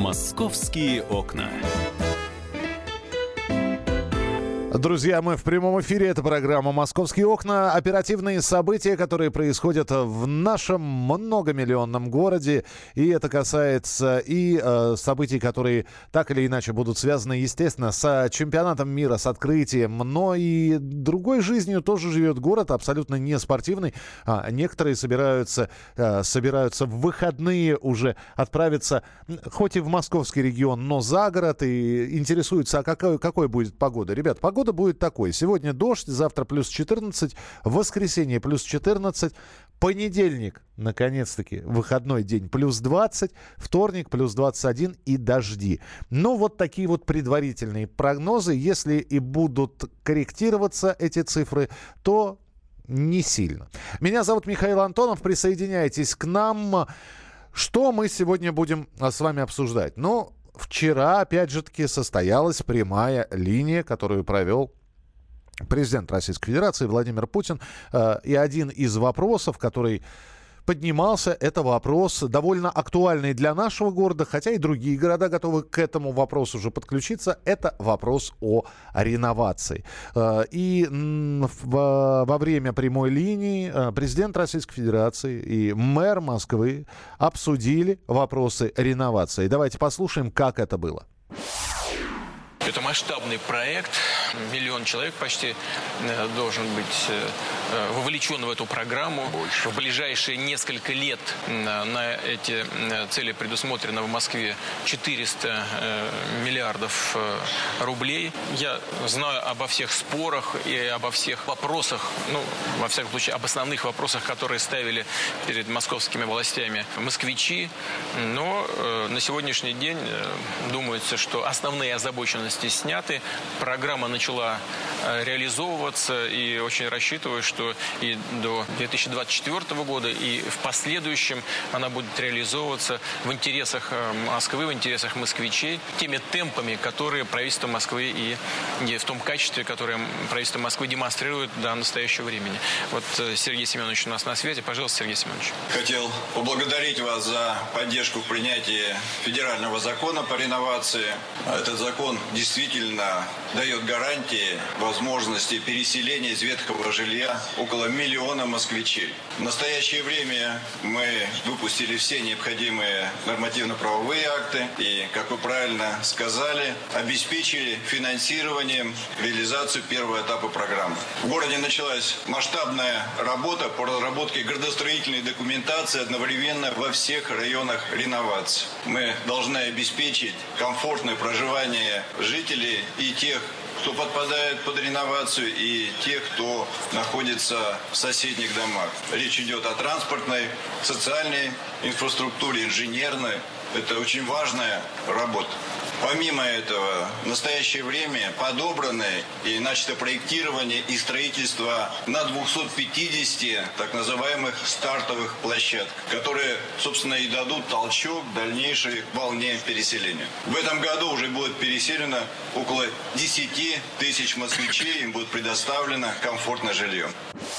«Московские окна». Друзья, мы в прямом эфире. Это программа «Московские окна». Оперативные события, которые происходят в нашем многомиллионном городе. И это касается и событий, которые так или иначе будут связаны, естественно, с чемпионатом мира, с открытием. Но и другой жизнью тоже живет город, абсолютно не спортивный. Некоторые собираются в выходные уже отправиться, хоть и в московский регион, но за город. И интересуются, а какой будет погода. Ребят, погода будет такой. Сегодня дождь, завтра плюс 14, в воскресенье плюс 14, понедельник, наконец-таки, выходной день, плюс 20, вторник плюс 21 и дожди. Ну, вот такие вот предварительные прогнозы. Если и будут корректироваться эти цифры, то не сильно. Меня зовут Михаил Антонов. Присоединяйтесь к нам. Что мы сегодня будем с вами обсуждать? Ну, вчера, опять же таки, состоялась прямая линия, которую провел президент Российской Федерации Владимир Путин. И один из вопросов, который поднимался, это вопрос довольно актуальный для нашего города, хотя и другие города готовы к этому вопросу уже подключиться. Это вопрос о реновации. И во время прямой линии президент Российской Федерации и мэр Москвы обсудили вопросы реновации. Давайте послушаем, как это было. Это масштабный проект. 1 миллион человек почти должен быть вовлечен в эту программу. В ближайшие несколько лет на эти цели предусмотрено в Москве 400 миллиардов рублей. Я знаю обо всех спорах и обо всех вопросах, ну, во всяком случае, об основных вопросах, которые ставили перед московскими властями москвичи. Но на сегодняшний день думается, что основные озабоченности сняты. Программа начала реализовываться, и очень рассчитываю, что и до 2024 года, и в последующем она будет реализовываться в интересах Москвы, в интересах москвичей, теми темпами, которые правительство Москвы и в том качестве, которое правительство Москвы демонстрирует до настоящего времени. Вот Сергей Семенович у нас на связи. Пожалуйста, Сергей Семенович. Хотел поблагодарить вас за поддержку в принятии федерального закона по реновации. Этот закон действительно дает гарантии возможности переселения из ветхого жилья около 1 миллиона москвичей. В настоящее время мы выпустили все необходимые нормативно-правовые акты и, как вы правильно сказали, обеспечили финансированием реализацию первого этапа программы. В городе началась масштабная работа по разработке градостроительной документации одновременно во всех районах реновации. Мы должны обеспечить комфортное проживание жителей и тех, кто подпадает под реновацию, и тех, кто находится в соседних домах. Речь идет о транспортной, социальной инфраструктуре, инженерной. Это очень важная работа. Помимо этого, в настоящее время подобраны и начато проектирование и строительство на 250 так называемых стартовых площадок, которые, собственно, и дадут толчок дальнейшей волне переселения. В этом году уже будет переселено около 10 тысяч москвичей, им будет предоставлено комфортное жилье.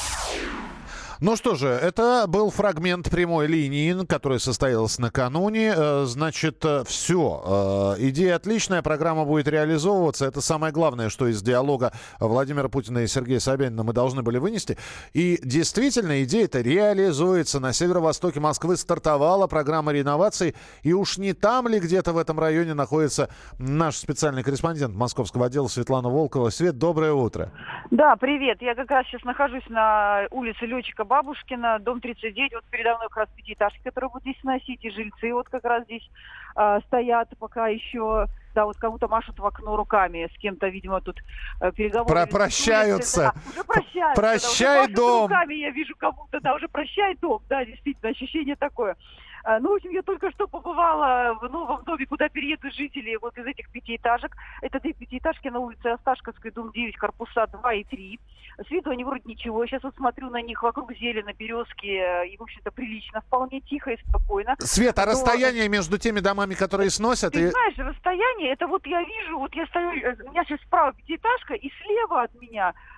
Ну что же, это был фрагмент прямой линии, которая состоялась накануне. Значит, все. Идея отличная, программа будет реализовываться. Это самое главное, что из диалога Владимира Путина и Сергея Собянина мы должны были вынести. И действительно, идея-то реализуется. На северо-востоке Москвы стартовала программа реновации. И уж не там ли где-то в этом районе находится наш специальный корреспондент московского отдела Светлана Волкова. Свет, доброе утро. Да, привет. Я как раз сейчас нахожусь на улице Летчика Бабушкина, дом 39. Вот передо мной как раз пятиэтажки, которые будут здесь сносить, и жильцы вот как раз здесь стоят пока еще, да, вот кому-то машут в окно руками, с кем-то, видимо, тут переговоры. Прощаются. Да, уже прощаются. Прощай, да, дом. Руками я вижу кому-то, да, уже прощай, дом. Да, действительно, ощущение такое. Ну, в общем, я только что побывала в новом доме, куда переедут жители вот из этих пятиэтажек. Это две пятиэтажки на улице Осташковской, дом 9, корпуса 2 и 3. С виду они вроде ничего. Сейчас вот смотрю на них, вокруг зелено, березки, и, в общем-то, прилично, вполне тихо и спокойно. Свет, а расстояние между теми домами, которые сносят... Ты знаешь, расстояние, это вот я вижу, вот я стою, у меня сейчас справа пятиэтажка, и слева от меня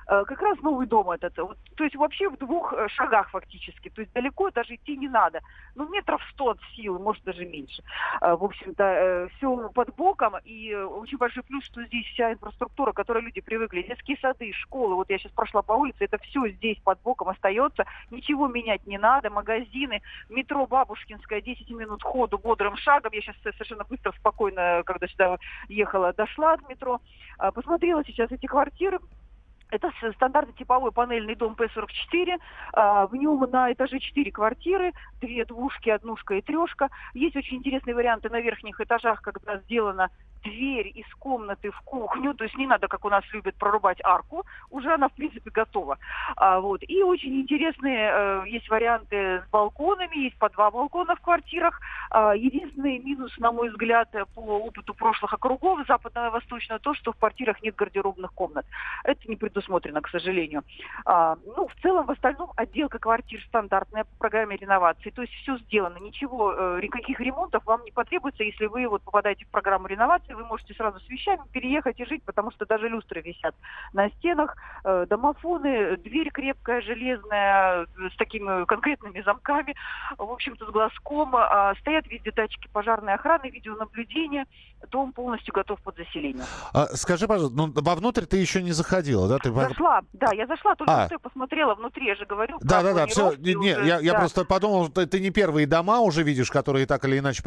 как раз новый дом этот. Вот, то есть вообще в 2 шагах фактически. То есть далеко даже идти не надо. Ну, метров 100 от силы, может, даже меньше. В общем-то, все под боком. И очень большой плюс, что здесь вся инфраструктура, к которой люди привыкли. Детские сады, школы. Вот я сейчас прошла по улице, это все здесь под боком остается. Ничего менять не надо. Магазины, метро Бабушкинская, 10 минут ходу бодрым шагом. Я сейчас совершенно быстро, спокойно, когда сюда ехала, дошла от метро. Посмотрела сейчас эти квартиры. Это стандартный типовой панельный дом П-44. В нем на этаже 4 квартиры, 2 двушки, 1 и 3. Есть очень интересные варианты на верхних этажах, когда сделана дверь из комнаты в кухню, то есть не надо, как у нас любят, прорубать арку, уже она, в принципе, готова. Вот. И очень интересные есть варианты с балконами, есть по 2 балкона в квартирах. Единственный минус, на мой взгляд, по опыту прошлых округов, западного и восточного, то, что в квартирах нет гардеробных комнат. Это не предусмотрено, к сожалению. Ну, в целом, в остальном, отделка квартир стандартная по программе реновации, то есть все сделано, ничего, никаких ремонтов вам не потребуется, если вы вот попадаете в программу реновации, вы можете сразу с вещами переехать и жить, потому что даже люстры висят на стенах, домофоны, дверь крепкая, железная, с такими конкретными замками, в общем-то, с глазком. Стоят везде датчики пожарной охраны, видеонаблюдения. Дом полностью готов под заселение. Скажи, пожалуйста, ну, вовнутрь ты еще не заходила, да? Ты... Зашла, да, я зашла, только что я посмотрела внутри, я же говорю. Да, все. Нет, я просто подумал, что ты не первые дома уже видишь, которые так или иначе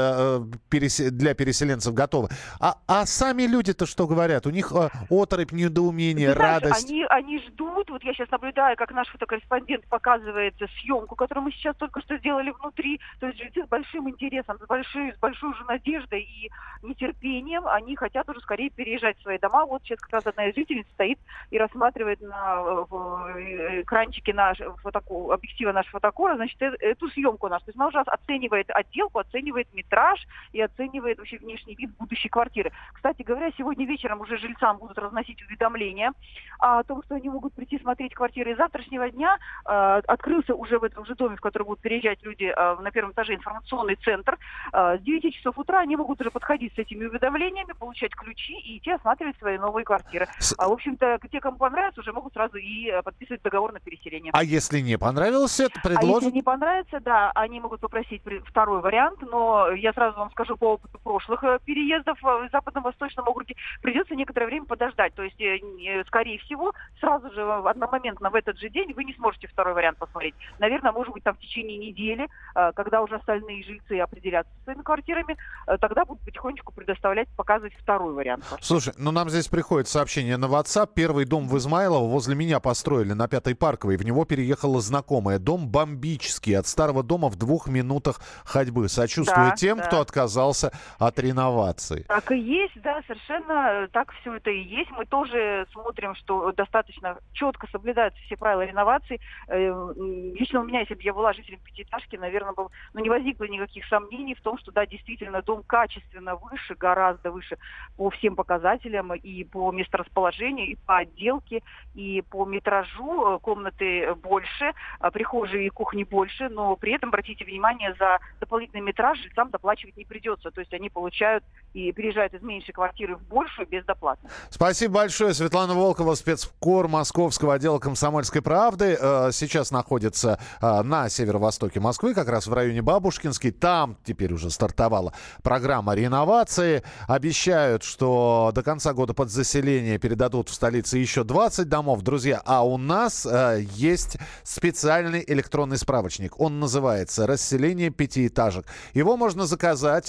для переселенцев готовы. А сами люди-то что говорят? У них оторопь, недоумение, радость. Они ждут. Вот я сейчас наблюдаю, как наш фотокорреспондент показывает съемку, которую мы сейчас только что сделали внутри. То есть жильцы с большим интересом, с большой уже надеждой и нетерпением. Они хотят уже скорее переезжать в свои дома. Вот сейчас как раз одна из жительниц стоит и рассматривает на экранчике объектива нашего фотокора, значит, эту съемку нашу. То есть она уже оценивает отделку, оценивает метраж и оценивает вообще внешний вид будущей квартиры. Кстати говоря, сегодня вечером уже жильцам будут разносить уведомления о том, что они могут прийти смотреть квартиры. И с завтрашнего дня открылся уже в этом же доме, в который будут переезжать люди, на первом этаже информационный центр. С 9 часов утра они могут уже подходить с этими уведомлениями, получать ключи и идти осматривать свои новые квартиры. В общем-то, те, кому понравится, уже могут сразу и подписывать договор на переселение. А если не понравилось, это предложат? А если не понравится, да, они могут попросить второй вариант, но я сразу вам скажу по опыту прошлых переездов в Западном Восточном округе, придется некоторое время подождать. То есть, скорее всего, сразу же одномоментно в этот же день вы не сможете второй вариант посмотреть. Наверное, может быть, там в течение недели, когда уже остальные жильцы определятся со своими квартирами, тогда будут потихонечку предоставлять, показывать второй вариант. Слушай, ну нам здесь приходит сообщение на WhatsApp. Первый дом в Измайлово возле меня построили на 5-й Парковой. В него переехала знакомая. Дом бомбический. От старого дома в 2 минутах ходьбы. Сочувствую тем, кто отказался от реновации. Так и есть, да, совершенно так все это и есть. Мы тоже смотрим, что достаточно четко соблюдаются все правила реновации. Лично у меня, если бы я была жителем пятиэтажки, наверное, не возникло никаких сомнений в том, что, да, действительно, дом качественно выше, гораздо выше по всем показателям, и по месторасположению, и по отделке, и по метражу. Комнаты больше, прихожие и кухни больше, но при этом, обратите внимание, за дополнительный метраж жильцам доплачивать не придется. То есть они получают и переезжают из меньшей квартиры в большую без доплаты. Спасибо большое. Светлана Волкова, спецкор Московского отдела «Комсомольской правды». Сейчас находится на северо-востоке Москвы, как раз в районе Бабушкинский. Там теперь уже стартовала программа реновации. Обещают, что до конца года под заселение передадут в столице еще 20 домов. Друзья, а у нас есть специальный электронный справочник. Он называется «Расселение пятиэтажек». Его можно заказать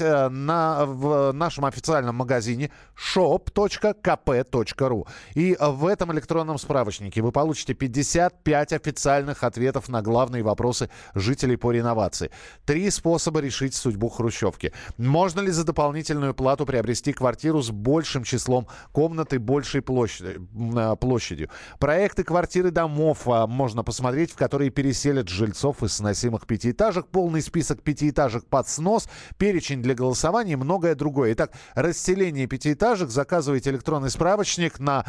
в нашем официальном магазине shop.kp.ru. И в этом электронном справочнике вы получите 55 официальных ответов на главные вопросы жителей по реновации. 3 способа решить судьбу хрущевки. Можно ли за дополнительную плату приобрести квартиру с большим числом комнат и большей площадью? Проекты квартиры домов можно посмотреть, в которые переселят жильцов из сносимых пятиэтажек. Полный список пятиэтажек под снос, перечень для голосования и многое другое. Итак, расселение пятиэтажек заказывайте электронный справочник на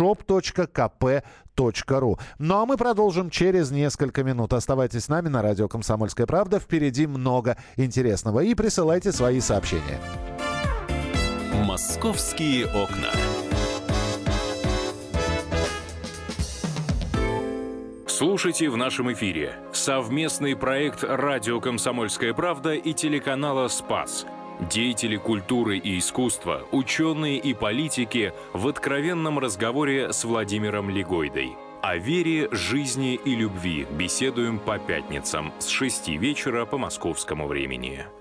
shop.kp.ru. Ну а мы продолжим через несколько минут. Оставайтесь с нами на радио «Комсомольская правда». Впереди много интересного. И присылайте свои сообщения. «Московские окна». Слушайте в нашем эфире совместный проект «Радио Комсомольская правда» и телеканала «Спас». Деятели культуры и искусства, ученые и политики в откровенном разговоре с Владимиром Легойдой. О вере, жизни и любви беседуем по пятницам с 6 вечера по московскому времени.